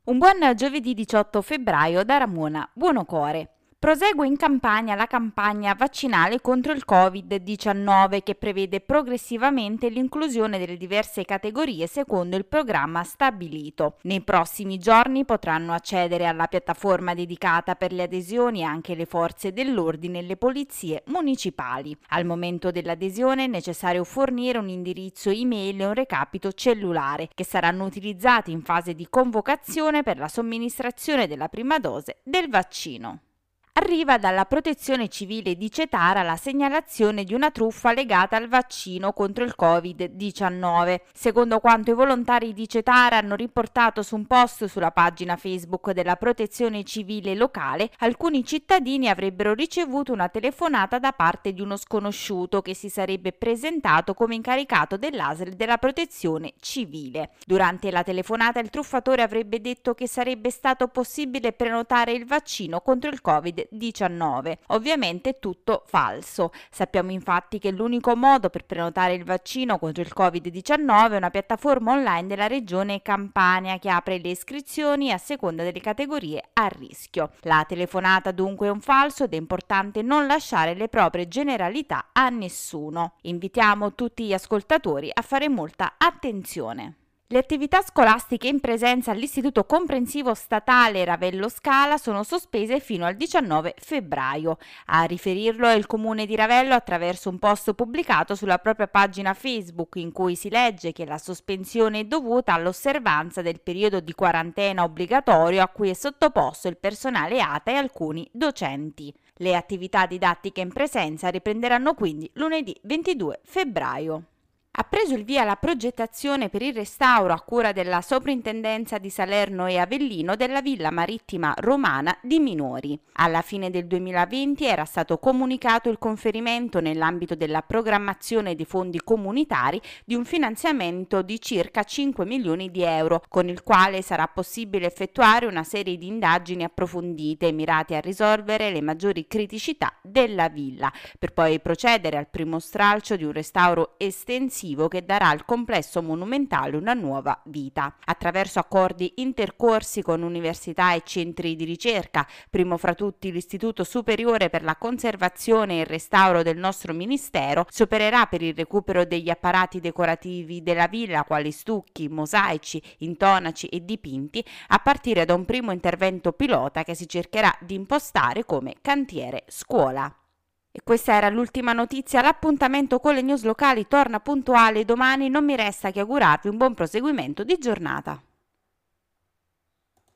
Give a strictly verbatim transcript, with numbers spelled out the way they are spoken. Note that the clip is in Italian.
Un buon giovedì diciotto febbraio da Ramona Buonocore. Prosegue in Campania la campagna vaccinale contro il covid diciannove che prevede progressivamente l'inclusione delle diverse categorie secondo il programma stabilito. Nei prossimi giorni potranno accedere alla piattaforma dedicata per le adesioni anche le forze dell'ordine e le polizie municipali. Al momento dell'adesione è necessario fornire un indirizzo email e un recapito cellulare che saranno utilizzati in fase di convocazione per la somministrazione della prima dose del vaccino. Arriva dalla Protezione Civile di Cetara la segnalazione di una truffa legata al vaccino contro il covid diciannove. Secondo quanto i volontari di Cetara hanno riportato su un post sulla pagina Facebook della Protezione Civile locale, alcuni cittadini avrebbero ricevuto una telefonata da parte di uno sconosciuto che si sarebbe presentato come incaricato dell'A S L della Protezione Civile. Durante la telefonata il truffatore avrebbe detto che sarebbe stato possibile prenotare il vaccino contro il covid diciannove. Ovviamente tutto falso. Sappiamo infatti che l'unico modo per prenotare il vaccino contro il covid diciannove è una piattaforma online della regione Campania che apre le iscrizioni a seconda delle categorie a rischio. La telefonata dunque è un falso ed è importante non lasciare le proprie generalità a nessuno. Invitiamo tutti gli ascoltatori a fare molta attenzione. Le attività scolastiche in presenza all'Istituto Comprensivo Statale Ravello Scala sono sospese fino al diciannove febbraio. A riferirlo è il Comune di Ravello attraverso un post pubblicato sulla propria pagina Facebook in cui si legge che la sospensione è dovuta all'osservanza del periodo di quarantena obbligatorio a cui è sottoposto il personale A T A e alcuni docenti. Le attività didattiche in presenza riprenderanno quindi lunedì ventidue febbraio. Ha preso il via la progettazione per il restauro a cura della Soprintendenza di Salerno e Avellino della Villa Marittima Romana di Minori. Alla fine del duemilaventi era stato comunicato il conferimento nell'ambito della programmazione dei fondi comunitari di un finanziamento di circa cinque milioni di euro, con il quale sarà possibile effettuare una serie di indagini approfondite mirate a risolvere le maggiori criticità della villa, per poi procedere al primo stralcio di un restauro estensivo che darà al complesso monumentale una nuova vita. Attraverso accordi intercorsi con università e centri di ricerca, primo fra tutti l'Istituto Superiore per la Conservazione e il Restauro del nostro Ministero, si opererà per il recupero degli apparati decorativi della villa quali stucchi, mosaici, intonaci e dipinti, a partire da un primo intervento pilota che si cercherà di impostare come cantiere scuola. E questa era l'ultima notizia. L'appuntamento con le news locali torna puntuale domani. Non mi resta che augurarvi un buon proseguimento di giornata.